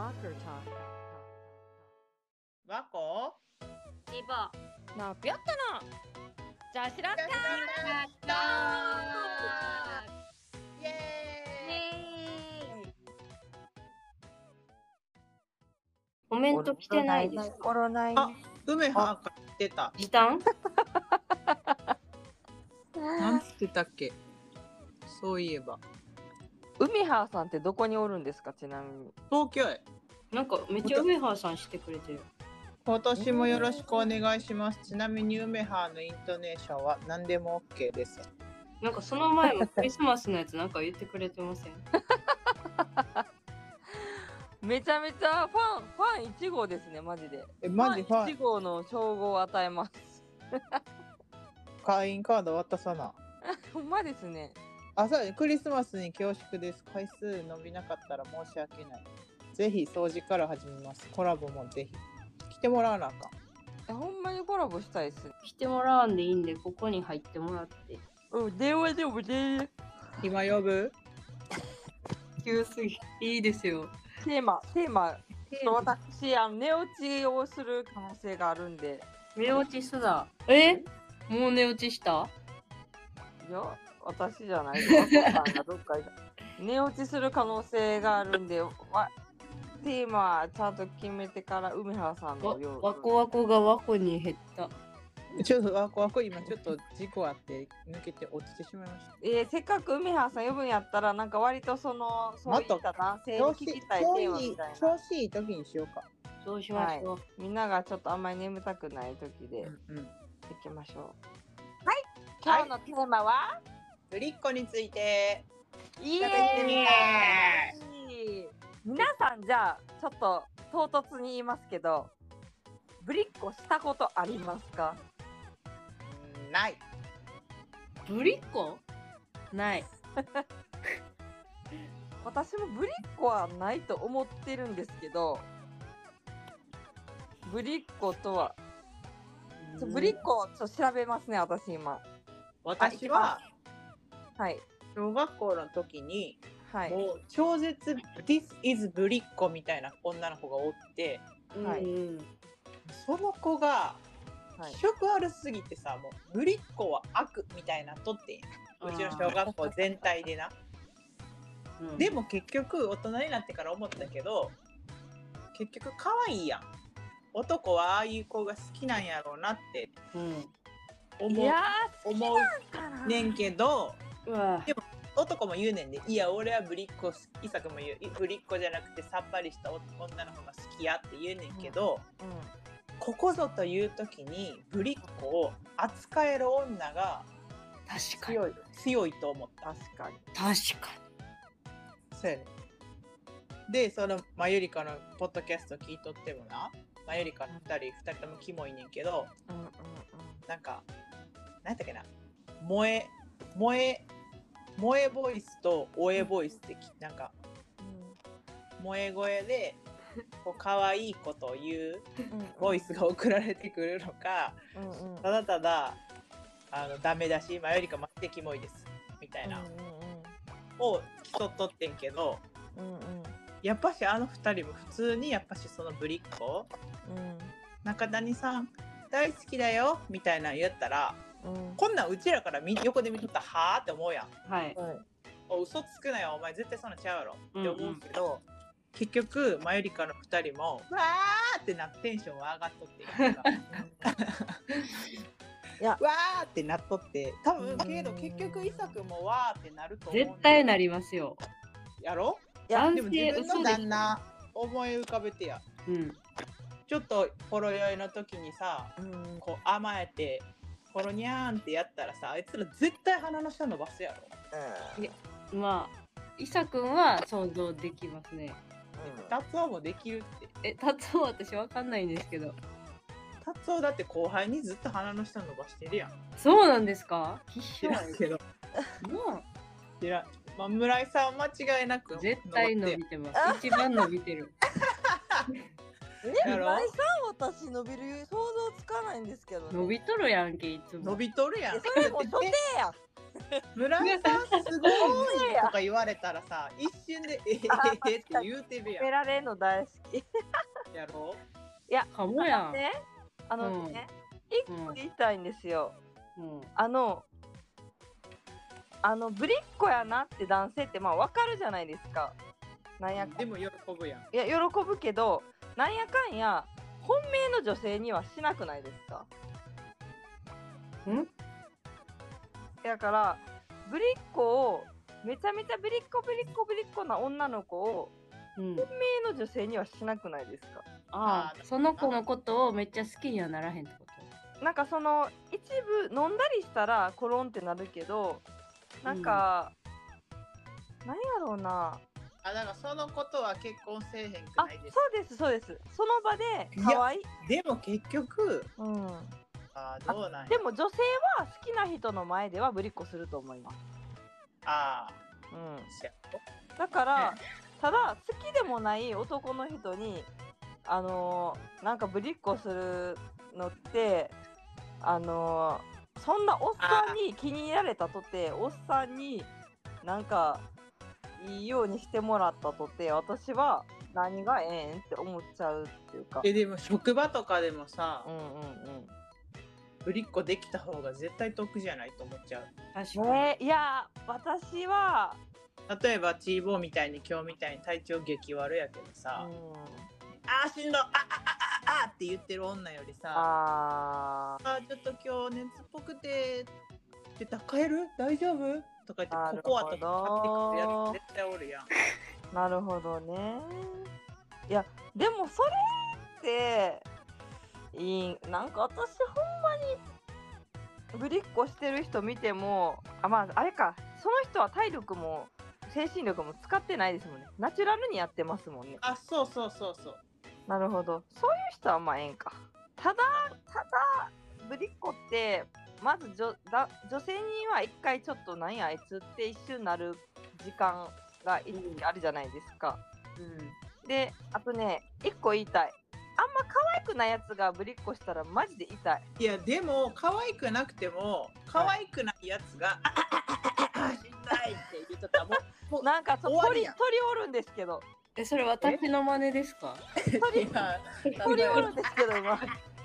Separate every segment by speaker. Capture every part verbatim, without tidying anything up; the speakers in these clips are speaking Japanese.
Speaker 1: Soccer Talk.
Speaker 2: わこ
Speaker 3: リボ
Speaker 1: なぴょったのじゃあしらった
Speaker 2: イエーイ
Speaker 3: コメント来てないです
Speaker 1: コロナイ
Speaker 2: あ、梅はか言ってた。
Speaker 3: 時短
Speaker 2: なんつってたっけ。そういえば
Speaker 1: 海葉さんってどこにおるんですか、ちなみに。
Speaker 2: 東京へ。
Speaker 3: なんかめっちゃ梅原さんしてくれてる。
Speaker 2: 今年もよろしくお願いします。ちなみに梅葉のイントネーションは何でも OK です。
Speaker 3: なんかその前もクリスマスのやつなんか言ってくれてません
Speaker 1: めちゃめちゃファンファンいち号ですね、マジで。
Speaker 2: え、マジファン
Speaker 1: いち号の称号を与えます
Speaker 2: 会員カード渡さな。
Speaker 1: ほんまですね。
Speaker 2: あ、そうね、クリスマスに恐縮です。回数伸びなかったら申し訳ない。ぜひ掃除から始めます。コラボもぜひ来てもらわなあかん。
Speaker 1: え、ほんまにコラボしたいっす。
Speaker 3: 来てもらわんでいいんで、ここに入ってもらって。
Speaker 1: うん、電話でもで
Speaker 2: 今呼ぶ
Speaker 3: 急すぎ。いいですよ。
Speaker 1: テーマテーマ私あの寝落ちをする可能性があるんで。
Speaker 3: 寝落ちすな。えもう寝落ちした？
Speaker 1: いや、私じゃないよ。若さんがどっかいた寝落ちする可能性があるんで、わテーマちゃんと決めてから梅原さん
Speaker 3: わ
Speaker 1: のよう
Speaker 3: わこわこがわこに減った。
Speaker 2: ちょっとワクワク今ちょっと事故あって抜けて落ちてしまいました。
Speaker 1: えー、せっかく梅原さん呼ぶんやったら、なんか割とそのそういった男性に聞きたいテーマみたいな。
Speaker 2: 調子いい時にしようか。
Speaker 3: そうしましょう。
Speaker 1: はい、みんながちょっとあんまり眠たくない時で
Speaker 2: うんうん。
Speaker 1: 行きましょう。はい、今日のテーマは、
Speaker 2: ぶりっ子について
Speaker 1: イエ
Speaker 2: 喋ってみ
Speaker 1: ーイ。皆さん、じゃあちょっと唐突に言いますけど、ぶりっ子したことありますか？
Speaker 2: うんない。
Speaker 3: ぶりっ子？ない。
Speaker 1: 私もぶりっ子はないと思ってるんですけど、ぶりっ子とは、ちょぶりっ子ちょっと調べますね、私今。
Speaker 2: 私は
Speaker 1: はい
Speaker 2: 小学校の時に
Speaker 1: はい
Speaker 2: もう超絶 This is ぶりっ子みたいな女の子がおって、
Speaker 1: はい
Speaker 3: うん
Speaker 2: その子が
Speaker 1: はい
Speaker 2: 気色悪すぎてさ、もうぶりっ子は悪みたいなとってんや。うちの小学校全体でな。
Speaker 3: うん、
Speaker 2: でも結局大人になってから思ったけど、結局可愛いやん。男はああいう子が好きなんやろうなって
Speaker 3: うん、
Speaker 2: 思う、
Speaker 1: いやー、
Speaker 2: 思う
Speaker 1: かな
Speaker 2: ねんけど、
Speaker 3: うわ
Speaker 2: でも男も言うねんで、いや俺はぶりっ子好き、伊作も言う、ぶりっ子じゃなくてさっぱりした女の子が好きやって言うねんけど、
Speaker 1: うんうん、
Speaker 2: ここぞという時にぶりっ子を扱える女が
Speaker 3: 確かに
Speaker 2: 強い強いと思った。
Speaker 1: 確かに。
Speaker 3: 確か
Speaker 2: そうやね。で、そのマユリカのポッドキャスト聞いとってもな、マユリカのふたり、ふたりともキモいねんけど、
Speaker 1: うんうんうん、
Speaker 2: なんか、なんだっけな、萌え、萌え、萌えボイスとおえボイスってき、なんか、萌え声で、こう可愛いことを言うボイスが送られてくるのか、
Speaker 1: うんうん、
Speaker 2: ただただ、あの、ダメだし、マユリカマジでキモいです、みたいな、を競っとってんけど、
Speaker 1: うんうんうん、
Speaker 2: やっぱしあのふたりも普通にやっぱしそのぶりっ子、中谷さん大好きだよみたいなの言ったら、
Speaker 1: うんうん、
Speaker 2: こんなんうちらからみ横で見とったらはーって思うやん。
Speaker 3: にはい
Speaker 2: お嘘つくなよお前絶対そんなんちゃうやろ
Speaker 3: うんうん
Speaker 2: って思うけど、結局マユリカのふたりもわーってなってテンションは上がっとってんやんか
Speaker 1: いや
Speaker 2: わーってなっとって多分けど結局伊作もわーってなると思う。
Speaker 3: 絶対なりますよ。
Speaker 2: やろ。
Speaker 1: いや
Speaker 2: でも自分の旦那思い浮かべてや。
Speaker 3: うん
Speaker 2: ちょっとほろ酔いの時にさ、
Speaker 1: うん、
Speaker 2: こう甘えてほろにゃーんってやったらさ、あいつら絶対鼻の下伸ばすやろ。
Speaker 3: いやまあ伊佐くんは想像できますね。
Speaker 2: 達夫もできるって。
Speaker 3: え達夫私わかんないんですけど。
Speaker 2: 達夫だって後輩にずっと鼻の下伸ばしてるやん。
Speaker 3: そうなんですか？
Speaker 2: 知らんけど。
Speaker 3: も
Speaker 2: 知らん。まあ、村井さんは間違いなく
Speaker 3: う絶対伸びてます。一番伸びてる。
Speaker 1: え、
Speaker 2: やろ
Speaker 1: 村井さん私伸びる想像つかないんですけど、ね、
Speaker 3: 伸びとるやんけいつも。
Speaker 2: 伸びとるやん。
Speaker 1: それも所定や
Speaker 2: 村井さんすごいとか言われたらさ、一瞬でええ
Speaker 1: あ
Speaker 2: って言うてるや
Speaker 1: 褒められるの大好き。
Speaker 2: ん。やろ
Speaker 1: いや、
Speaker 3: かもやん。
Speaker 1: ね、あのね、一、
Speaker 3: うん
Speaker 1: 個言いたいんですよ。
Speaker 3: うん。
Speaker 1: あの、あのぶりっ子やなって男性ってまあわかるじゃないですか。なんやかん
Speaker 2: でも喜ぶやん。
Speaker 1: いや喜ぶけど、なんやかんや本命の女性にはしなくないですか。
Speaker 3: ん？
Speaker 1: だからぶりっ子をめちゃめちゃぶりっ子ぶりっ子ぶりっ子な女の子を
Speaker 3: うん。
Speaker 1: 本命の女性にはしなくないですか。
Speaker 3: ああ、その子のことをめっちゃ好きにはならへんってこと？
Speaker 1: なんかその一部飲んだりしたらコロンってなるけど、なんか、うん、なんやろうな
Speaker 2: あ、だからそのことは結婚せえへんく
Speaker 1: あ、
Speaker 2: ないです
Speaker 1: そうですそうです。その場で可愛い。
Speaker 2: でも結局、
Speaker 1: うん、
Speaker 2: あどうなんや。
Speaker 1: でも女性は好きな人の前ではぶりっ子すると思います。
Speaker 2: ああ、
Speaker 1: うん、
Speaker 2: そやろ
Speaker 1: だからただ好きでもない男の人にあのー、なんかぶりっ子するのってあのー、そんなおっさんに気に入られたとておっさんになんかいいようにしてもらったとて私は何がええんって思っちゃうっていうか。
Speaker 2: えでも職場とかでもさ、
Speaker 1: うんうんうん、
Speaker 2: ぶりっ子できた方が絶対得じゃないと思っちゃう。
Speaker 3: 確かに。
Speaker 1: えー、いや私は
Speaker 2: 例えばチーボーみたいに今日みたいに体調激悪やけどさ、
Speaker 1: うん、
Speaker 2: あーしんどあああああって言ってる女よりさ、
Speaker 1: あ
Speaker 2: あーちょっと今日熱っぽくてって言ったら帰る大丈夫とか言
Speaker 1: なるほど
Speaker 2: ってココアとか買ってくるやつ絶対おるやん。
Speaker 1: ーなるほどね。いやでもそれっていいなんか私ほんまにぶりっ子してる人見てもあまああれかその人は体力も精神力も使ってないですもんね。ナチュラルにやってますもんね。
Speaker 2: あそうそうそうそう。
Speaker 1: なるほど。そういう人はまあええんか。ただただぶりっ子ってまず女だ女性には一回ちょっとなんやあいつって一瞬なる時間が一時あるじゃないですか。
Speaker 2: うん、
Speaker 1: であとね一個言いたい。あんま可愛くないやつがぶりっ子したらマジで痛い。
Speaker 2: いやでも可愛くなくても可愛くないやつが「あああああしんどい」って言っとったらもうもう
Speaker 1: なんかそう鳥
Speaker 2: 終わりやん。
Speaker 1: 鳥おるんですけど
Speaker 3: え、それ私の真似ですか？
Speaker 1: 鳥
Speaker 2: いや
Speaker 1: 鳥おるんですけど今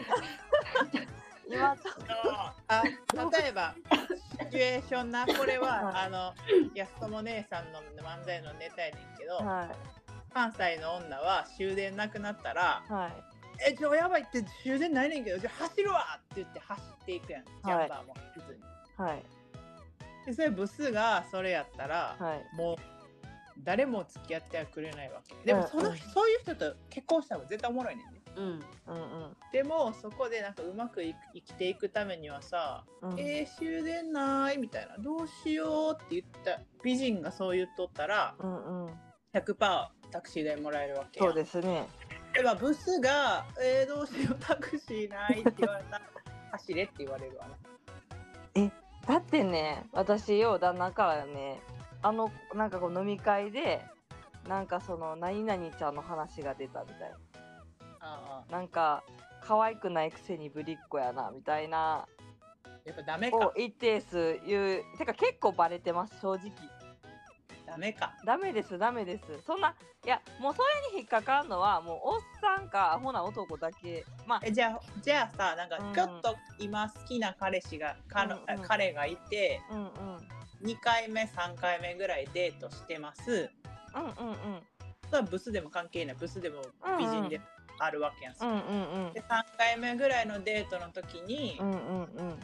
Speaker 1: 今ちょっ
Speaker 2: あ例えばシチュエーションなこれは、
Speaker 1: はい
Speaker 2: あの安友姉さんの漫才のネタやねんけど、
Speaker 1: とはい
Speaker 2: 関西の女は終電なくなったら
Speaker 1: はい
Speaker 2: 「えちょやばいって終電ないねんけどじゃあ走るわ!」って言って走っていくやん、ジャンバーも普通に。
Speaker 1: はい
Speaker 2: でそれブスがそれやったら、
Speaker 1: はい
Speaker 2: もう誰も付き合ってはくれないわけ。でもその、
Speaker 1: うん
Speaker 2: そういう人と結婚した方が絶対おもろいねんね。
Speaker 3: うん。
Speaker 1: うんうん
Speaker 2: でもそこでなんかうまくい生きていくためにはさ
Speaker 1: うん
Speaker 2: えー、終電ないみたいなどうしようって言った美人がそう言っとったら
Speaker 1: うんうん
Speaker 2: ひゃくパーセントタクシー代もらえるわけやん。
Speaker 1: そうですね。
Speaker 2: ではブスが、えー、どうしようタクシーないって言われたら走れって言われるわな。
Speaker 1: だってね私よ旦那からねあのなんかこう飲み会でなんかその何々ちゃんの話が出たみたい
Speaker 2: ああ
Speaker 1: な、なんか可愛くないくせにぶりっ子やなみたいな
Speaker 2: やっぱダメか
Speaker 1: を一定数言うてか結構バレてます正直。
Speaker 2: ダメか。
Speaker 1: ダメですダメです。そんないやもうそれに引っかかるのはもうおっさんかアホな男だけ。まあ
Speaker 2: えじゃあじゃあさなんか
Speaker 1: うん
Speaker 2: ちょっと今好きな彼氏が、かの
Speaker 1: うんうん
Speaker 2: 彼がいて
Speaker 1: うんうん
Speaker 2: にかいめさんかいめぐらいデートしてます。
Speaker 1: うんうんうん
Speaker 2: それはブスでも関係ないブスでも美人であるわけやん。
Speaker 1: うんうんうん
Speaker 2: でさんかいめぐらいのデートの時に、
Speaker 1: うんうんうん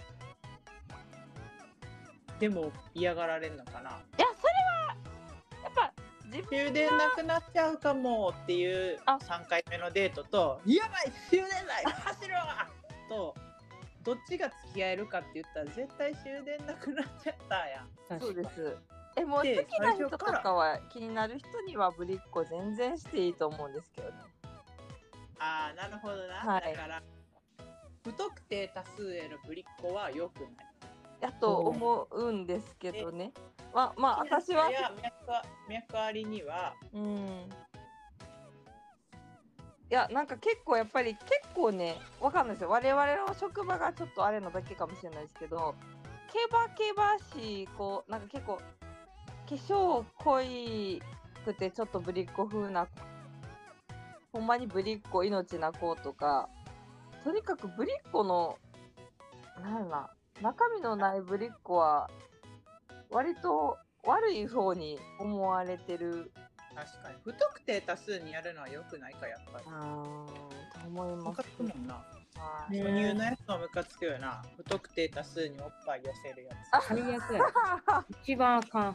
Speaker 2: でも嫌がられるのかな。
Speaker 1: いやそれはやっぱ自分
Speaker 2: 終電なくなっちゃうかもっていう
Speaker 1: あ
Speaker 2: さんかいめのデートとやばい終電ない走るわとどっちが付き合えるかって言ったら絶対終電なくなっちゃったやん。
Speaker 1: そうで。
Speaker 3: 確か
Speaker 1: す。えもう好
Speaker 2: で
Speaker 1: きな人と
Speaker 2: 最初から
Speaker 1: かは気になる人にはぶりっ子全然していいと思うんですけどね。
Speaker 2: ああなるほどな、
Speaker 1: はい
Speaker 2: だから不特定多数へのぶりっ子は良くない。
Speaker 1: やと思うんですけどね。ままあ私は、
Speaker 2: いや脈あ脈ありには
Speaker 1: うん。いやなんか結構やっぱり結構ねわかんないですよ。我々の職場がちょっとあれなだけかもしれないですけど、 ケバケバしいこうなんか結構化粧濃いくてちょっとぶりっ子風なほんまにぶりっ子命な子とかとにかくぶりっ子のなんやろな中身のないぶりっ子は割と悪い方に思われてる。
Speaker 2: 確かに不特定多数にやるのは良くないかやっぱり。
Speaker 1: あーと思います
Speaker 2: ムカつくもんな。
Speaker 1: はい
Speaker 2: 初乳のやつはムカつくよな。不特定多数におっぱい寄せるや
Speaker 3: 最悪や。一番あかん。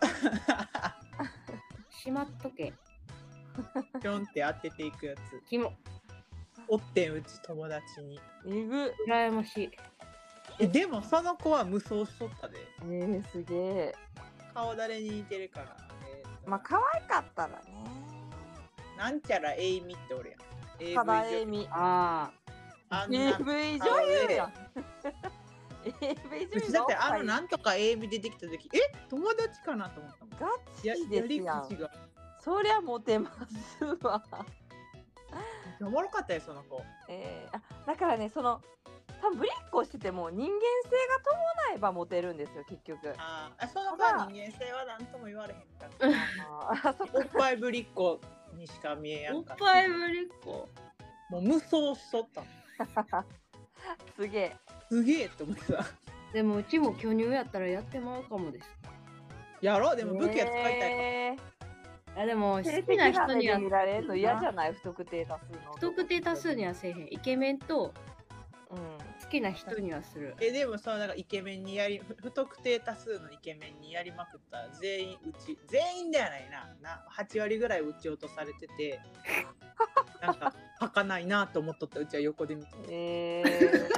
Speaker 3: しまっとけ。
Speaker 2: つ。ぴょんって当てていくやつ。
Speaker 3: キモ。
Speaker 2: おってんうち友達に。
Speaker 1: えぐ
Speaker 3: 羨ましい。
Speaker 2: えでもその子は無双しとったで。
Speaker 1: えー、すげえ。
Speaker 2: 顔誰に似てるから。えーと
Speaker 1: まあ可愛かったらね。
Speaker 2: なんちゃらエイミっておるやん。
Speaker 1: ただえみ。
Speaker 3: あ
Speaker 2: あんな
Speaker 1: エーブイ 女優やん。エーブイ 女優
Speaker 2: うちだってあの
Speaker 1: な
Speaker 2: なんとかエイミ出てきた時え友達かなと思ったもん。
Speaker 1: ガ
Speaker 2: や
Speaker 1: チですやん
Speaker 2: やり口。が
Speaker 1: そりゃモテますわ。
Speaker 2: おもろかったよその子。
Speaker 1: えー、あだからねその多分ぶりっ子してても人間性が伴えばモテるんですよ結局。
Speaker 2: あーあその子は人間性は何とも言われへんかった。
Speaker 1: あーあそっ
Speaker 2: おっぱいぶりっ子にしか見えや
Speaker 3: あ。おっ
Speaker 2: んかった。
Speaker 3: ぱいぶりっ子。
Speaker 2: もう無双しとったの。
Speaker 1: すげえ。
Speaker 2: すげえって思ってた。
Speaker 3: でもうちも巨乳やったらやってまうかもです。
Speaker 2: やろうでも武器は使いたいか
Speaker 1: え
Speaker 3: あでも
Speaker 1: ー、
Speaker 3: 好
Speaker 1: 性
Speaker 3: きな
Speaker 1: 的な目で
Speaker 3: 人には
Speaker 1: 見られるの嫌じゃない不特定多数の。
Speaker 3: 不特定多数にはせえへん。イケメンと
Speaker 1: うん。
Speaker 3: 好きな人にはする。
Speaker 2: えでもそのなんかイケメンにやり不不特定多数のイケメンにやりまくったら全員うち全員ではないななはち割ぐらい撃ち落とされててなんか儚いなと思っとったうちは横で見て
Speaker 1: えー、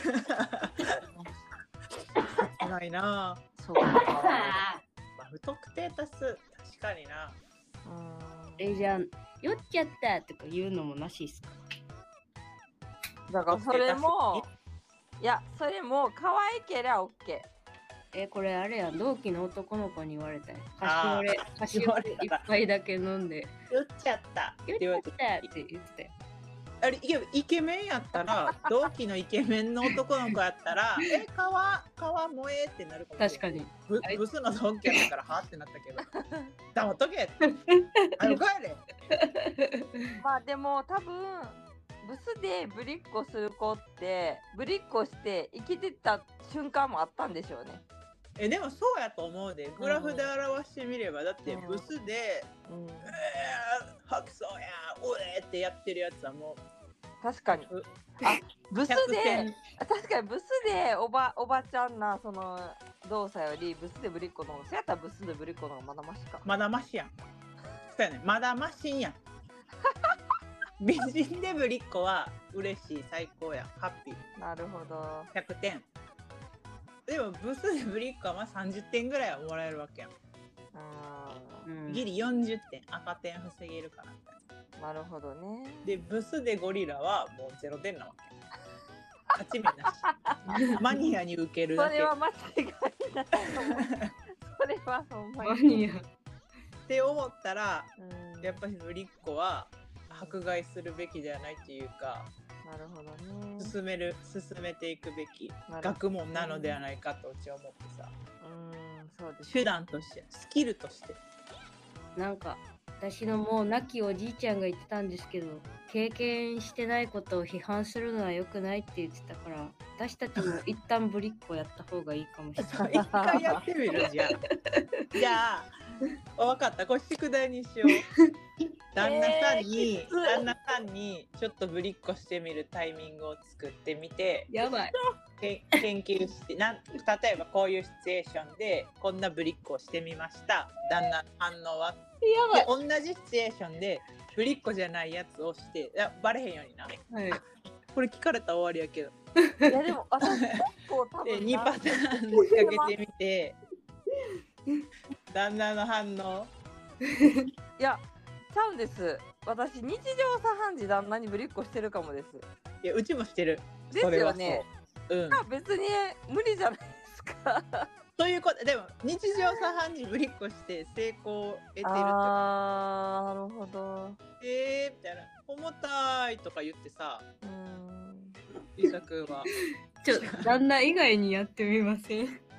Speaker 2: ないな。
Speaker 1: そうか。
Speaker 2: まあ不特定多数確かにな。
Speaker 1: うん
Speaker 3: えじゃあ酔っちゃったとか言うのもなしっすか。
Speaker 1: だからそれもいやそれも可愛けりゃ OK。
Speaker 3: えこれあれやん同期の男の子に言われたよ。カシ
Speaker 2: あー
Speaker 3: オレカシオレいっぱいだけ飲んで
Speaker 2: 酔っちゃったって
Speaker 3: 酔っ
Speaker 2: 言われ
Speaker 3: ちゃってたって言ってたよ。
Speaker 2: あれいやイケメンやったら同期のイケメンの男の子やったらえ皮皮萌えってなるかもしれない。
Speaker 3: 確かに。
Speaker 2: ブ
Speaker 3: あい
Speaker 2: ブスの同期やったからはってなったけど黙っとけあの帰れ。
Speaker 1: まあでも多分ブスでぶりっ子する子ってぶりっ子して生きてた瞬間もあったんでしょうね。
Speaker 2: えでもそうやと思うでグラフで表してみればだって
Speaker 1: うん
Speaker 2: ブスで
Speaker 1: うん
Speaker 2: 「えー、白装やおえ!」ってやってるやつはも
Speaker 1: 確かに
Speaker 2: う
Speaker 1: ブス
Speaker 2: 百
Speaker 1: で
Speaker 2: 戦
Speaker 1: あ確かにブスでおばおばちゃんなその動作よりブスでぶりっ子の方がそうやったらブスでぶりっ子の方がまだましか。
Speaker 2: まだましやん。そうやねまだましんやん。美人でぶりっ子は嬉しい最高やハッピー
Speaker 1: なるほど。
Speaker 2: ひゃくてん。でもブスでぶりっ子はまあさんじゅってんぐらいはもらえるわけやん。
Speaker 1: あ
Speaker 3: うん
Speaker 2: ギリよんじゅってん赤点防げるかなみたいな。
Speaker 1: ーなるほどね。
Speaker 2: でブスでゴリラはもうゼロてんなわけ。勝ち目なし。マニアに受けるだけ。
Speaker 1: それは間違いないと思う。それはほんまに。
Speaker 3: 何や。
Speaker 2: って思ったら
Speaker 1: うん
Speaker 2: やっぱりぶりっ子は迫害するべきではないっていうか
Speaker 1: なるほどね。
Speaker 2: 進める進めていくべき
Speaker 1: なるほど
Speaker 2: 学問なのではないかとうちは思ってさ
Speaker 1: うんそうです。
Speaker 2: 手段としてスキルとして
Speaker 3: なんか私のもう亡きおじいちゃんが言ってたんですけど経験してないことを批判するのは良くないって言ってたから私たちも一旦ぶりっ子やった方がいいかもしれない。
Speaker 2: 一回やってみるじゃあじゃあ分かったこれ宿題にしよう旦那さんに、
Speaker 1: えーきつ
Speaker 2: 旦那さんにちょっとぶりっ子してみるタイミングを作ってみて
Speaker 3: やばい。
Speaker 2: け研究してなん例えばこういうシチュエーションでこんなぶりっ子をしてみました旦那の反応は
Speaker 3: やばい。
Speaker 2: で同じシチュエーションでぶりっ子じゃないやつをしていやバレへんようにな
Speaker 3: はい。
Speaker 2: これ聞かれたら終わりやけど
Speaker 1: いやでも私結構多
Speaker 2: で
Speaker 1: 分
Speaker 2: にパターン仕掛けてみて旦那の反応
Speaker 1: いやちゃうんです。私日常茶飯事旦那にぶりっ子してるかもです。
Speaker 2: いやうちもしてる
Speaker 1: ですよね。
Speaker 2: それはそううん
Speaker 1: あ別に無理じゃないですか。
Speaker 2: ということでも日常茶飯事ぶりっ子して成功を得てるって
Speaker 1: あーなるほど。
Speaker 2: えーみたいな重たいとか言ってさ
Speaker 1: うーん
Speaker 2: 伊佐くんは
Speaker 3: ちょ旦那以外にやってみません。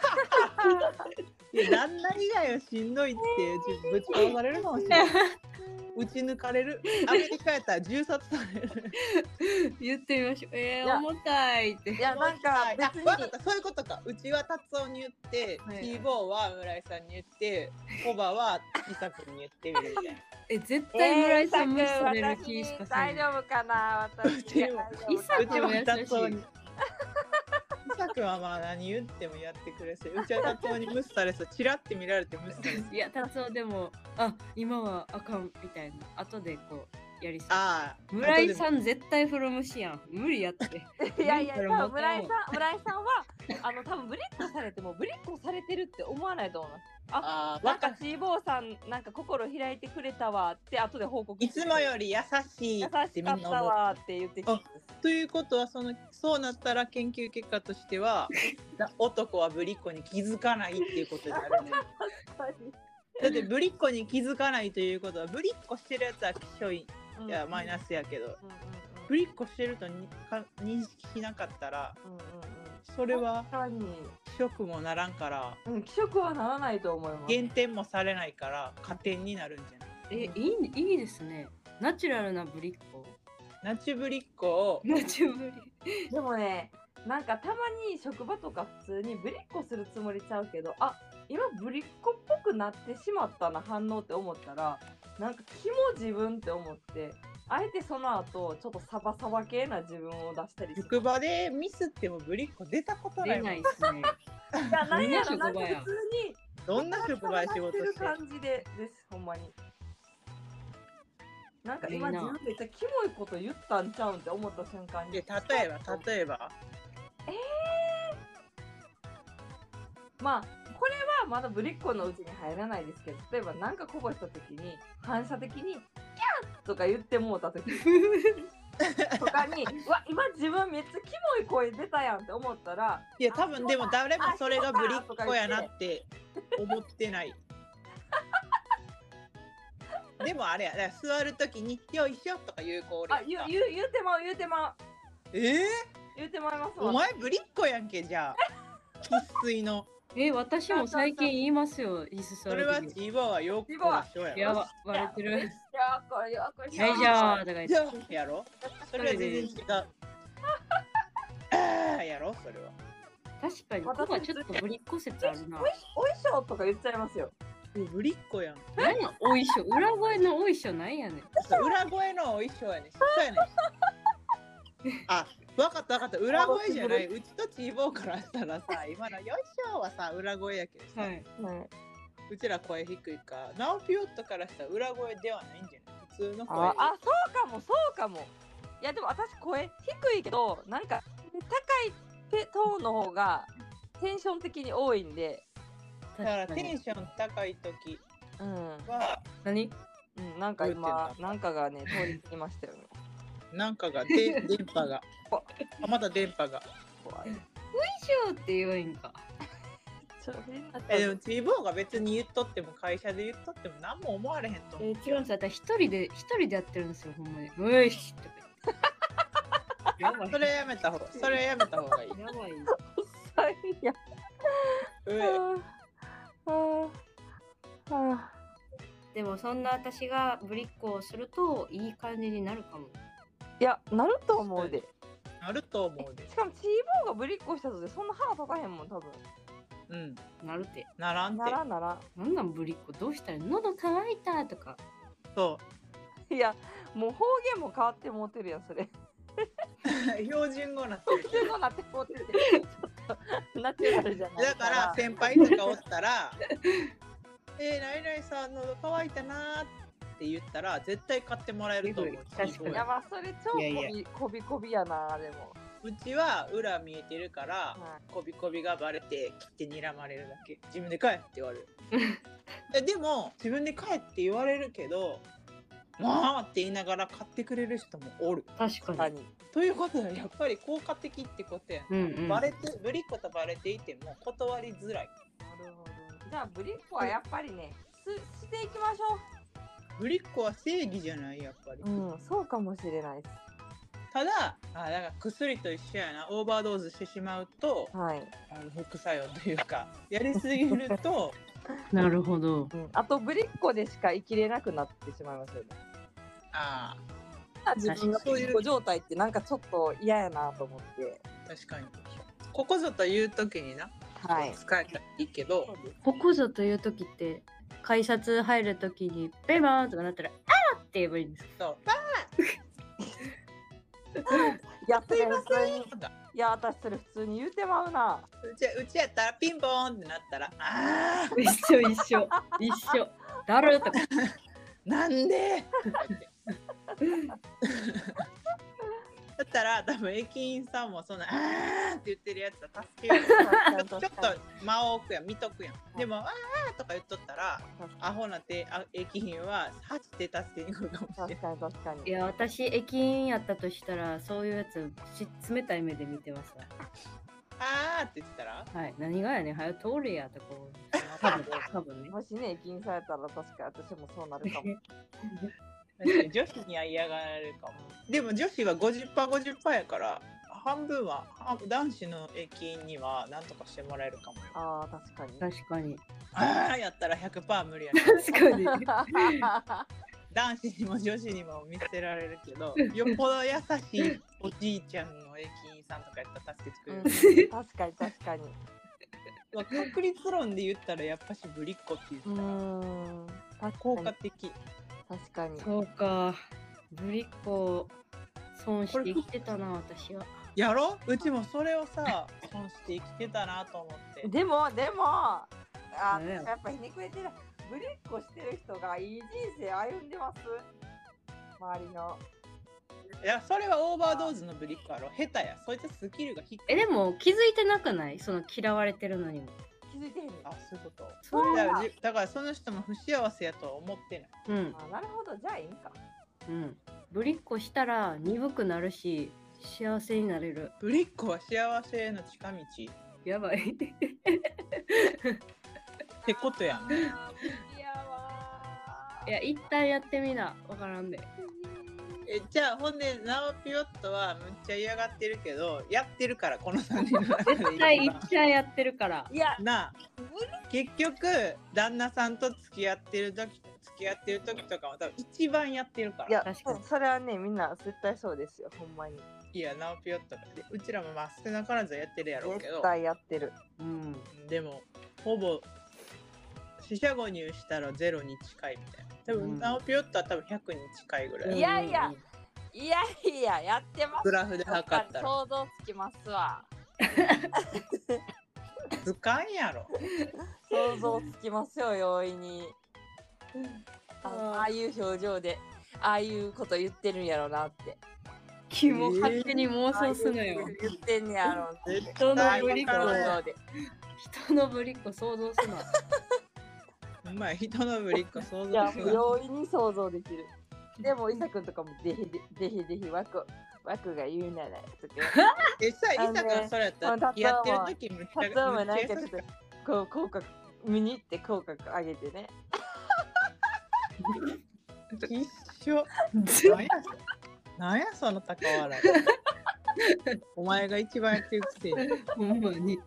Speaker 2: いや旦那以外はしんどいってうちぶち殺されるかもしれない。打ち抜かれる。アメリカやったら銃殺される。
Speaker 3: 言ってみましょう。えー、
Speaker 1: いや
Speaker 3: 重たいって。
Speaker 1: いやなんか
Speaker 2: あ
Speaker 1: 別に
Speaker 2: 分かった、そういうことか。うちは達夫に言って、
Speaker 3: はい
Speaker 2: チーボーは村井さんに言って、コバはイサ君に言ってみるみたいな。
Speaker 3: え、絶対村井さん無視される
Speaker 1: 私
Speaker 3: 気しかせ
Speaker 1: 大
Speaker 3: ん。
Speaker 1: 丈夫かな私
Speaker 2: うちも
Speaker 3: イサ
Speaker 2: うちは
Speaker 3: 君も優しい
Speaker 2: 達夫に。イサ君はまあ何言ってもやってくれそう。うちは達夫に無視されそう。チラって見られて無視されそう。
Speaker 3: いや、達夫でも、あ、今はあかんみたいな。後でこう、やりそう。
Speaker 2: ああ。
Speaker 3: 村井さ
Speaker 2: ん。
Speaker 3: ん絶対風呂無視やん。無理やって。
Speaker 1: いやいや、
Speaker 3: メンタル
Speaker 1: 多分
Speaker 3: 持たんわ
Speaker 1: 村井さん、村井さんは、あの、多分ぶりっ子されても、ぶりっ子されてるって思わないと思います。
Speaker 2: ああ、
Speaker 1: なんか
Speaker 2: わか
Speaker 1: チーボーさん、なんか心開いてくれたわって、後で報告
Speaker 2: いつもより優しい
Speaker 1: 優
Speaker 2: ってみ
Speaker 1: しかった
Speaker 2: んな思う。
Speaker 1: わって言ってきたんです。
Speaker 2: ということはそのそうなったら研究結果としては男はぶりっ子に気づかないっていうことになるね。だってぶりっ子に気づかないということはぶりっ子してるやつはきしょいいやマイナスやけど、
Speaker 1: うんうん
Speaker 2: ぶりっ子してるとにか認識しなかったら
Speaker 1: うんうんうん
Speaker 2: それは
Speaker 1: 確かに、
Speaker 2: 気色もならんから
Speaker 1: うん、気色はならないと思います。
Speaker 2: 減点もされないから加点になるんじゃない。
Speaker 3: え、いい、いいですね。ナチュラルなぶりっ子。
Speaker 2: ナチぶりっ子を
Speaker 3: ナチュぶり。
Speaker 1: でもね、なんかたまに職場とか普通にぶりっ子するつもりちゃうけど、あ、今ぶりっ子っぽくなってしまったな反応って思ったら、なんか気も自分って思って、あえてその後ちょっとサバサバ系な自分を出したりする。
Speaker 2: 職場でミスってもぶりっ子出たことないもん。
Speaker 3: 出ないですね。
Speaker 1: いや、なんやろ、なんか
Speaker 3: どんな職場や
Speaker 1: 普通に
Speaker 2: どんな職場で仕事
Speaker 1: してる
Speaker 2: してる
Speaker 1: 感じでです、ほんまに。なんか今
Speaker 3: いいな
Speaker 1: 自分めっちゃキモいこと言ったんちゃうんって思った瞬間に。
Speaker 2: で例えば例えば
Speaker 1: まあこれはまだぶりっ子のうちに入らないですけど、例えばなんかこぼした時に反射的にキャーとか言ってもうた時とかにうわ今自分めっちゃキモい声出たやんって思ったら、
Speaker 2: いや多分でも誰もそれがぶりっ子やなって思ってない。でもあれや、だから座るときによいしょとか言う子おるやんか。
Speaker 1: あ言う言う言うてまう言うてまう
Speaker 2: えー、
Speaker 1: 言うてまいますわ。
Speaker 2: お前ぶりっ子やんけじゃあ。生粋の。
Speaker 3: え、私も最近言いますよ。椅子座
Speaker 2: それは
Speaker 3: る時
Speaker 2: チーバーはよく一緒やろ。
Speaker 3: やば、バレてる。
Speaker 1: いやこれよこれ
Speaker 3: はい、じゃあ、とか言って
Speaker 2: じゃ。あやろ。それは全然違う。あーやろそれは。
Speaker 3: 確かに、ここはちょっとぶりっ子説あるな
Speaker 1: お。いおいしょとか言っちゃいますよ。
Speaker 2: ぶりっ子やん。
Speaker 3: 何やおいしょ、裏声のおいしょなんやねん。
Speaker 2: 裏声のお衣装やねん。そうやねん。あ、わかったわかった。裏声じゃない。うちとチーボーからしたらさ、今のよいしょはさ、裏声やけどさ、
Speaker 3: はい。
Speaker 2: うちら声低いか、ナオピヨットからしたら裏声ではないんじゃない普通の声。
Speaker 1: ああそうかもそうかも。いやでも私声低いけどなんか高いペトーンの方がテンション的に多いんで、
Speaker 2: だから
Speaker 3: 確かに。
Speaker 2: テンション高い時
Speaker 1: うん、
Speaker 2: は、
Speaker 3: 何
Speaker 1: うん、なんか
Speaker 2: 言ってん
Speaker 1: 今
Speaker 2: だ
Speaker 1: なんかがね通り過ぎましたよね。
Speaker 2: なんかが、で電波が。あ、まだ電波が。
Speaker 1: 怖い。
Speaker 3: おいしょって言うんか。
Speaker 1: ちょっと変な
Speaker 2: え、でもチーボーが別に言っとっても、会社で言っとっても何も思われへんと思う。
Speaker 3: えー、違うんですよ。私一人で、一人でやってるんですよ、ほんまに。おいしとか言って。やばい。
Speaker 2: それやめた方それやめた方がいい。
Speaker 3: やばい。
Speaker 1: 最悪。
Speaker 2: う
Speaker 1: あーあーあ
Speaker 3: でもそんな私がぶりっ子をするといい感じになるかも。
Speaker 1: ーいやなると思うで。
Speaker 2: なると思うで。
Speaker 1: しかもチーボーがぶりっこしたとでそんな腹立たへんもん多分。
Speaker 2: うん。
Speaker 3: なるって。
Speaker 2: ならんて
Speaker 1: な。らなら。
Speaker 3: なんなんぶりっ子どうしたら喉乾いたとか。
Speaker 2: そう。
Speaker 1: いやもう方言も変わってもうてるやんそれ。
Speaker 2: 標準語なってる。
Speaker 1: 普通のなってもうててちょっとナチュラルじゃない
Speaker 2: だから先輩とかおったら「えー、何々さん喉乾いたな」って言ったら絶対買ってもらえると思う。
Speaker 3: 確かに
Speaker 1: いやまあそれ超こび
Speaker 3: いやい
Speaker 1: こびこびやなでも。
Speaker 2: うちは裏見えてるから、
Speaker 1: は
Speaker 2: こびこびがバレて切って睨まれるだけ。自分で買えって言われる。えでも自分で買えって言われるけど「まあ」って言いながら買ってくれる人もおる。
Speaker 3: 確
Speaker 1: い。
Speaker 3: かに。
Speaker 1: に。
Speaker 2: ということはやっぱり効果的ってことやん。
Speaker 3: うんうん。
Speaker 2: バレてぶりっ子とバレていても断りづらい。
Speaker 1: なるほど。じゃあブリッコはやっぱりねすしていきましょ
Speaker 2: ぶりっ子は正義じゃないやっぱり。
Speaker 1: う。うんそうかもしれないです。
Speaker 2: ただあだから薬と一緒やな、オーバードーズしてしまうと
Speaker 1: はい。
Speaker 2: あの副作用というかやりすぎると
Speaker 3: なるほど。
Speaker 1: うん、あとぶりっ子でしか生きれなくなってしまいますよね。
Speaker 2: あ
Speaker 1: 自分がぶりっ子状態ってなんかちょっと嫌やなと思って。
Speaker 2: あ確かにここぞという時にな、
Speaker 1: はい。
Speaker 2: 使えたらいいけど、
Speaker 3: ここぞという時って改札入る時にペバーンとかなったらあーって言えばいいんですか。
Speaker 2: そう
Speaker 1: いや、それ
Speaker 2: すいま
Speaker 1: 普通に、い
Speaker 2: せん
Speaker 1: や、私それ普通に言うてまうな。
Speaker 2: うちうちやったらピンポーンってなったらあー
Speaker 3: 一緒一緒一緒。だるとか。
Speaker 2: なんでとか言ってだったら多分駅員さんもそんなあーって言ってるやつは助けようちょっと間を置くやん見とくやん、でもあーとか言っとったらアホなてあ駅員は走って助けに来るかもしれない。
Speaker 1: 確かに確かに。
Speaker 3: いや私駅員やったとしたらそういうやつし冷たい目で見てますわ。
Speaker 2: あーって言ってたら
Speaker 3: はい、何がやねん、早く通れやとこう。多分多分ね。
Speaker 1: もしね、駅員されたら確か私もそうなるかも。
Speaker 2: 確かに女子には嫌がられるかも。でも女子は ごじゅっパーセントごじゅっパーセント やから半分は半男子の駅員には何とかしてもらえるかもよ。
Speaker 1: ああ、確かに。
Speaker 3: 確かに。
Speaker 2: ああやったら ひゃくパーセント 無理やね。
Speaker 3: 確かに。
Speaker 2: 男子にも女子にも見せられるけど、よっぽど優しいおじいちゃんの駅員さんとかやったら助けてくれる。
Speaker 1: うん、確かに確かに。
Speaker 2: まあ確率論で言ったらやっぱしぶりっ子って言
Speaker 1: う
Speaker 2: ったら
Speaker 1: ーん。確
Speaker 2: 効
Speaker 1: かに。
Speaker 2: 果的。
Speaker 1: 確かに。
Speaker 3: そうか。ぶりっ子損して生きてたな私は。
Speaker 2: やろうちもそれをさ損して生きてたなと思って。
Speaker 1: でも、でも、あ
Speaker 3: 何や
Speaker 1: やっぱひねくれてる。ぶりっ子してる人がいい人生歩んでます。周りの。
Speaker 2: いやそれはオーバードーズのぶりっ子やろ。下手や。そいつスキルが低い。
Speaker 3: えでも気づいてなくない？その嫌われてるのにも。
Speaker 1: 気づいてへんねん。
Speaker 2: あそういうこと。
Speaker 3: そう
Speaker 2: だからじだからその人も不幸せやとは思ってない。
Speaker 3: うん
Speaker 1: あ、なるほど。じゃあいいんか。
Speaker 3: うん。ぶりっ子したら鈍くなるし幸せになれる。
Speaker 2: ぶりっ子は幸せへの近道っ
Speaker 3: やばい。
Speaker 2: てことやん。
Speaker 1: あー、いやわ
Speaker 3: いや一旦やってみな。わからんで。
Speaker 2: えじゃあほんでナオピヨットはむっちゃ嫌がってるけどやってるからこのさんにんの中で
Speaker 3: 絶対一旦やってるから。
Speaker 1: ー。いや、
Speaker 2: なあ結局旦那さんと付き合ってる時付き合ってる時とかも多分一番やってるから。
Speaker 1: いや、
Speaker 3: 確かに
Speaker 1: それはね、みんな絶対そうですよ。ほんまに。
Speaker 2: いやナオピヨットがでうちらもまあ少なからずやってるやろうけど
Speaker 1: 絶対やってる。
Speaker 3: うん。
Speaker 2: でもほぼ四捨五入したらゼロに近いみたいな。多分、
Speaker 3: うん
Speaker 2: ナオピヨットは多分ひゃくに近いぐらい。
Speaker 1: いやいやいやいや、やってます。
Speaker 2: グラフで測ったら
Speaker 1: 想像つきますわ。
Speaker 2: つかんやろ。
Speaker 1: 想像つきますよ、容易に。あ
Speaker 3: あー
Speaker 1: ああいう表情で、ああいうこと言ってるんやろなって。
Speaker 3: 気も勝手に妄想すなよ。
Speaker 1: ああいうこと言ってんねやろって。
Speaker 2: 絶
Speaker 3: 人の
Speaker 2: 対
Speaker 3: ぶりっ子
Speaker 2: わからん
Speaker 1: 想像で。
Speaker 3: 人のぶりっ子想像すな。
Speaker 2: うまい人のぶりっ子想
Speaker 1: いや、
Speaker 2: 像する。
Speaker 1: 容易に想像できる。でも、伊佐くんとかもデヘデデヘデヘ枠、枠が言うならとか。
Speaker 2: えさ
Speaker 1: あのね
Speaker 2: いさくんそれやった
Speaker 1: あの
Speaker 2: らやってる時むっちゃ
Speaker 1: 例えばなんか
Speaker 2: むっちゃ優し
Speaker 1: ちょっとこう口角ミニって口角上げてね。
Speaker 2: 一緒。なんやなんやその高笑い。お前が一番やってるくせに。
Speaker 3: ほんまに。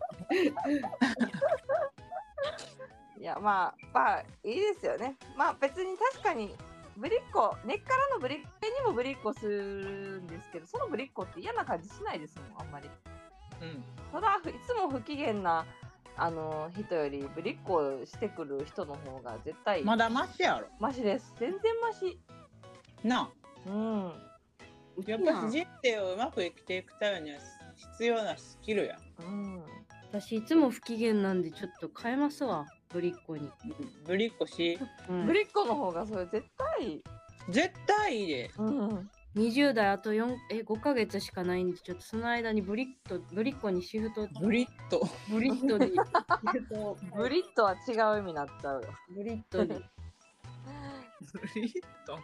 Speaker 1: いやまあまあいいですよね。まあ別に確かにぶりっ子根っからのぶりっ子にもぶりっ子するんですけど、そのぶりっ子って嫌な感じしないですもんあんまり。
Speaker 2: うん。
Speaker 1: ただいつも不機嫌なあの人よりぶりっ子をしてくる人の方が絶対
Speaker 2: まだマシやろ。
Speaker 1: マシです。全然マシ。
Speaker 2: な
Speaker 1: うん。
Speaker 2: あ。やっぱり人生をうまく生きていくためには必要なスキルや。
Speaker 1: うん。
Speaker 3: 私いつも不機嫌なんでちょっと変えますわ。ぶりっ子に。
Speaker 2: ぶりっ子し。
Speaker 3: うん
Speaker 1: ぶりっ子の方がそれ絶対。
Speaker 2: 絶対いいで。
Speaker 1: うん。
Speaker 3: にじゅう代あとよんえごかげつしかないんでちょっとその間にブリッとぶりっ子にシフト
Speaker 2: ぶりっと。
Speaker 3: ブリットにシフトを
Speaker 1: ブリッとは違う意味になっちゃうよ。
Speaker 3: ブリットに
Speaker 2: ぶりっと。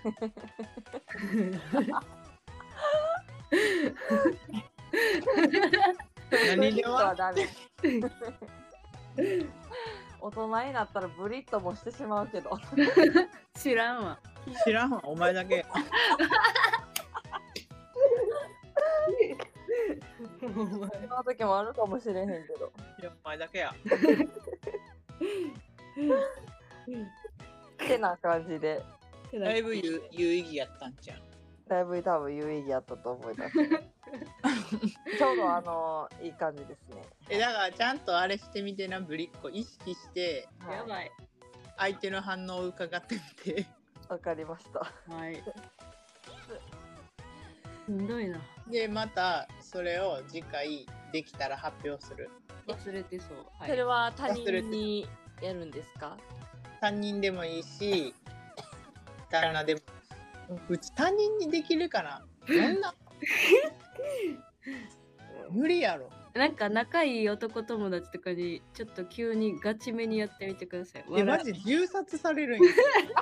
Speaker 2: 何で
Speaker 1: ブリッとは
Speaker 2: は
Speaker 1: ダメ。大人になったらブリッともしてしまうけど。
Speaker 3: 知らんわ。
Speaker 2: 知らんわお前だけ。
Speaker 1: その時もあるかもしれへんけど。
Speaker 2: いや、お前だけや。
Speaker 1: ってな感じで、
Speaker 2: だいぶ有有意義やったんじゃん。
Speaker 1: だいぶ多分有意義やったと思います。ちょうどあのいい感じですね。
Speaker 2: え、だからちゃんとあれしてみてな、ぶりっ子意識して
Speaker 1: はい
Speaker 3: やばい。
Speaker 2: 相手の反応を伺ってみて。
Speaker 1: わかりました。
Speaker 3: はい。しんどいな。
Speaker 2: で、またそれを次回できたら発表する。
Speaker 3: 忘れてそう。はい、
Speaker 1: それは他人にやるんですか？
Speaker 2: 担任でもいいし、旦那でも。うち担任にできるかな。そんな無理やろ。
Speaker 3: なんか仲いい男友達とかにちょっと急にガチめにやってみてください。
Speaker 2: え、マジ銃殺されるんや。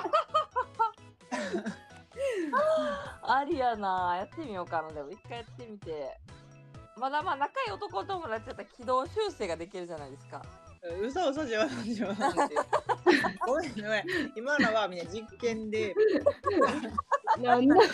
Speaker 1: ありやな、やってみようかな。でも一回やってみて、まだまあ仲いい男友達だったら軌道修正ができるじゃないですか。
Speaker 2: 嘘嘘冗談冗談ってごめんごめん、今のはみんな実験で
Speaker 3: なんだ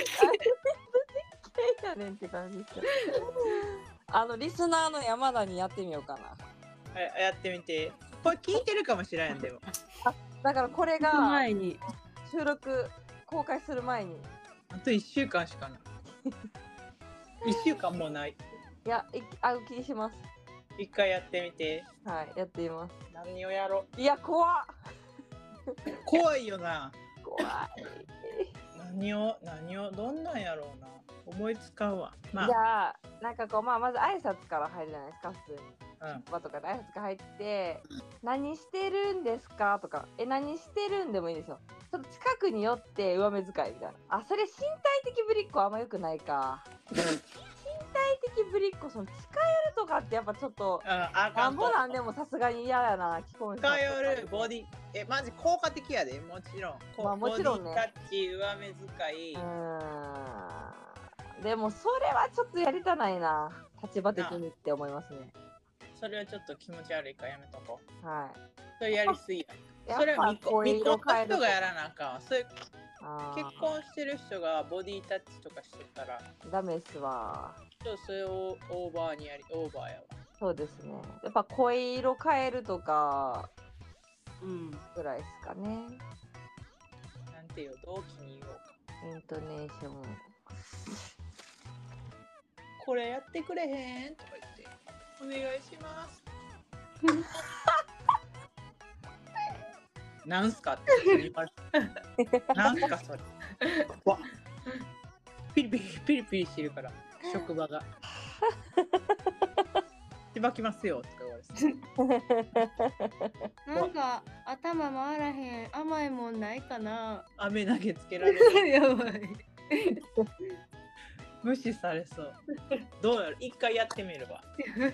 Speaker 1: やねんって感じですよ。あのリスナーの山田にやってみようかな。
Speaker 2: ややってみて。これ聞いてるかもしれんでも。
Speaker 1: だからこれが
Speaker 3: 前に
Speaker 1: 収録公開する前に。
Speaker 2: あといっしゅうかんしかない。いっしゅうかんもない。
Speaker 1: いや、いあう気にします。
Speaker 2: 一回やってみて。
Speaker 1: はい、やってみます。
Speaker 2: 何をやろ
Speaker 1: いや、怖っ。
Speaker 2: う。怖いよな。
Speaker 1: 怖い。
Speaker 2: 何を何をどんなんやろうな。思いつかうわ。ま
Speaker 1: じゃあ、なんかこう、まあ、まず挨拶から入るじゃないですか、普通に。
Speaker 2: あ、うん。
Speaker 1: 職場とかで挨拶が入って、何してるんですかとか、え、何してるんでもいいですよ。ちょっと近くに寄って上目遣いみたいな。あ、それ身体的ぶりっ子あんま良くないか。身体的ぶりっ子、その近寄るとかってやっぱちょっと、
Speaker 2: あ、あか
Speaker 1: なんん
Speaker 2: と
Speaker 1: ぼなんでもさすがに嫌やな、既婚者とか
Speaker 2: 近寄るボディ、え、マジ効果的やで、もちろん。こ
Speaker 1: まあもちろんね
Speaker 2: ボディタッチ、上目遣い。
Speaker 1: うーん。でもそれはちょっとやりたないな。立場的にって思いますね。
Speaker 2: それはちょっと気持ち悪いからやめとこう。
Speaker 1: は
Speaker 2: それやりすぎや。
Speaker 1: い。
Speaker 2: それは未婚未婚の
Speaker 1: 変える
Speaker 2: 人がやらなあかんわ。それ
Speaker 1: あー
Speaker 2: 結婚してる人がボディタッチとかしてたら、
Speaker 1: ダメっすわ。
Speaker 2: ちょっとそれをオーバーにやり、オーバーやわ。
Speaker 1: そうですね。やっぱ声色変えるとか
Speaker 3: うん。
Speaker 1: ぐらいですかね。
Speaker 2: なんていう同期に言おうか。
Speaker 1: イントネーション。
Speaker 2: これやってくれへんとか言って、お願いします。なんすかって言われて。なんすかそれ。わピリピリピリピリしてるから、職場が。しばきますよとか言われて。
Speaker 3: なんか頭回らへん甘いもんないかな。
Speaker 2: 雨投げつけられる。
Speaker 3: やばい。
Speaker 2: 無視されそう。どうやる一回やってみれば。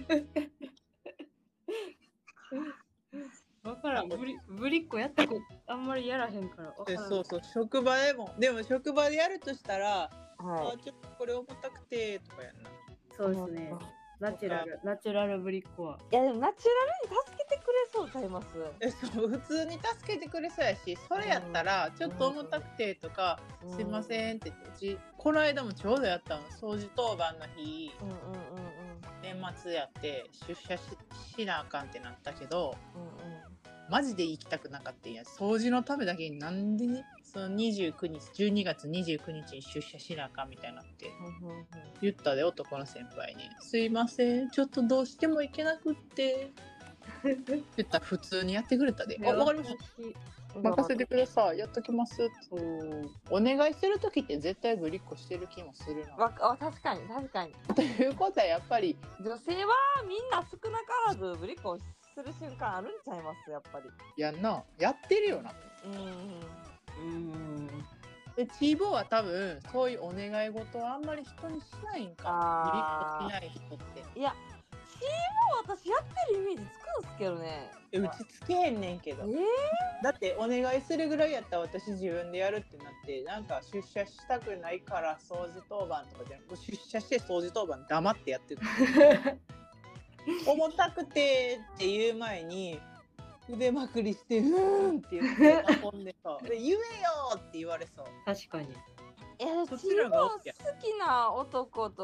Speaker 3: わからん。ぶりぶりっ子やったことあんまりやらへんからわからん。
Speaker 2: えそうそう、職場でも。でも職場でやるとしたら、
Speaker 1: は
Speaker 2: あちょっとこれ重たくてとかやんな。
Speaker 3: そうですね。ナチュラルナチュラルぶりっ子は。
Speaker 1: い。いやでもナチュラルに助けてくれそうちゃいます。
Speaker 2: えそう普通に助けてくれそうやし、それやったらちょっと重たくてとか、
Speaker 1: うん
Speaker 2: すいませんって言って、うちこの間もちょうどやったの、掃除当番の日、
Speaker 1: うんうんうんうん
Speaker 2: 年末やって出社ししなあかんってなったけど、
Speaker 1: うんうん。
Speaker 2: マジで行きたくなかったんや。掃除のためだけになんでそのにじゅうくにちじゅうにがつにじゅうくにちに出社しなあかんみたいになって
Speaker 1: うんうんうん
Speaker 2: 言ったで、男の先輩に「すいませんちょっとどうしても行けなくって」言ったら普通にやってくれたで「あ、わかりました任せてくださいやっときます」ってお願いする時って絶対ぶりっこしてる気もするな。
Speaker 1: わあ確かに確かに。
Speaker 2: ということはやっぱり
Speaker 1: 女性はみんな少なからずぶりっ子をする瞬間あるんちゃいますやっぱり。
Speaker 2: やんなやってるよな。
Speaker 1: うんうん。
Speaker 3: うん。
Speaker 2: でチーボーは多分そういうお願い事はあんまり人にしないんか。
Speaker 1: あー
Speaker 2: ぶりっこしない人って
Speaker 1: いや、チーム私やってるイメージつくんすけどね。
Speaker 2: えうちつけへんねんけど
Speaker 1: えー、
Speaker 2: だってお願いするぐらいやったら私自分でやるってなって、なんか出社したくないから掃除当番とかじゃなくて、出社して掃除当番黙ってやってる重たくてって言う前に腕まくりして「うーん」って言って運んでさで「言えよ!」って言われそう。
Speaker 3: 確かに。
Speaker 1: いや、
Speaker 2: そっ
Speaker 1: チーム
Speaker 2: ちらが
Speaker 1: 好
Speaker 2: OK
Speaker 1: きな男と好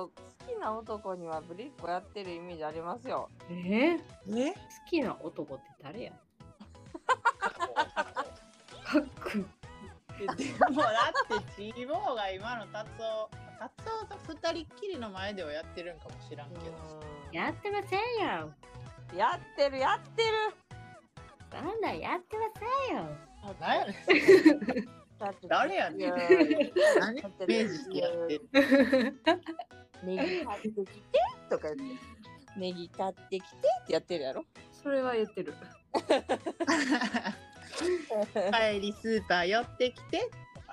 Speaker 1: きな男にはぶりっ子やってるイメージありますよ。
Speaker 3: えー、
Speaker 2: え
Speaker 3: 好きな男って誰や？
Speaker 2: 過去過去
Speaker 3: かっくん。
Speaker 2: でもだってチーボーが今の達夫達夫と二人っきりの前ではやってるんかもしらんけど、
Speaker 1: うん
Speaker 3: やってませんよ。
Speaker 1: やってるやってる。
Speaker 3: そんなんやってませんよ。
Speaker 2: 何やねん
Speaker 1: だって
Speaker 2: 誰やねん
Speaker 1: いや
Speaker 2: 何イメージしてやってる
Speaker 1: ネギ買ってきてとか言ってネギ買ってきてってやってるやろ。
Speaker 3: それは言ってる。
Speaker 2: 帰りスーパー寄ってきて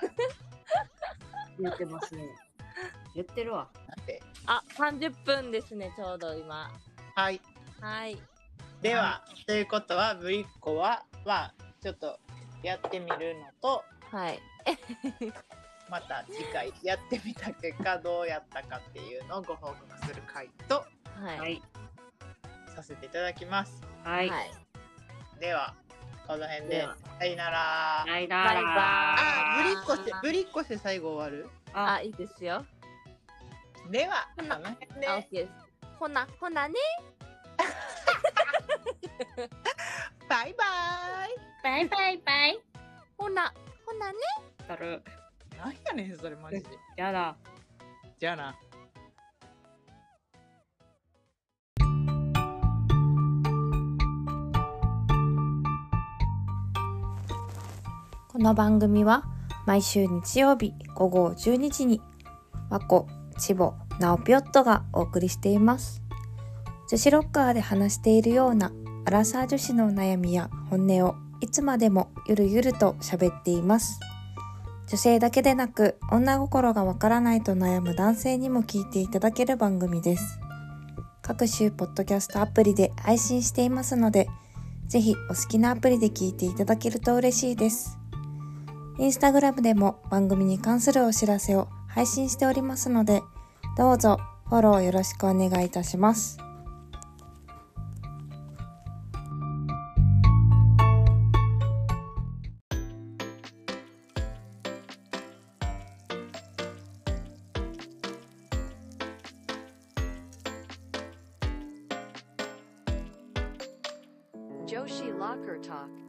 Speaker 3: 言ってますね。言ってるわ。
Speaker 2: なんて
Speaker 1: あ、さんじゅっぷんですね、ちょうど今。
Speaker 2: はい
Speaker 1: はい。
Speaker 2: では、ということはぶりっ子はまあちょっとやってみるのと
Speaker 1: はい。
Speaker 2: また次回やってみた結果どうやったかっていうのをご報告する回と
Speaker 1: はい。
Speaker 3: はい。
Speaker 2: させていただきます。
Speaker 3: はい。
Speaker 1: はい。
Speaker 2: ではこの辺で
Speaker 3: では
Speaker 2: さよなら。
Speaker 3: バイバイ。
Speaker 1: バイバ
Speaker 2: あ、ぶりっこして
Speaker 1: あー
Speaker 2: ぶりっこして最後終わる。
Speaker 3: あ
Speaker 1: あ、いいですよ。
Speaker 2: ではこ
Speaker 1: ほな
Speaker 2: の辺で
Speaker 1: あ、オッケーです。ほな、ほなね。
Speaker 2: バイバイ。
Speaker 3: バイバイバイ。
Speaker 1: ほな、ほなね。
Speaker 3: たる。
Speaker 2: なんやねんそれマジで。
Speaker 3: やだ。
Speaker 2: じゃあな。
Speaker 4: この番組は毎週日曜日午後じゅうにじに和子、ちぼ、なおぴよっとがお送りしています。女子ロッカーで話しているようなアラサー女子の悩みや本音をいつまでもゆるゆると喋っています。女性だけでなく女心がわからないと悩む男性にも聞いていただける番組です。各種ポッドキャストアプリで配信していますので、ぜひお好きなアプリで聞いていただけると嬉しいです。インスタグラムでも番組に関するお知らせを配信しておりますので、どうぞフォローよろしくお願いいたします。
Speaker 5: Joshi Locker Talk.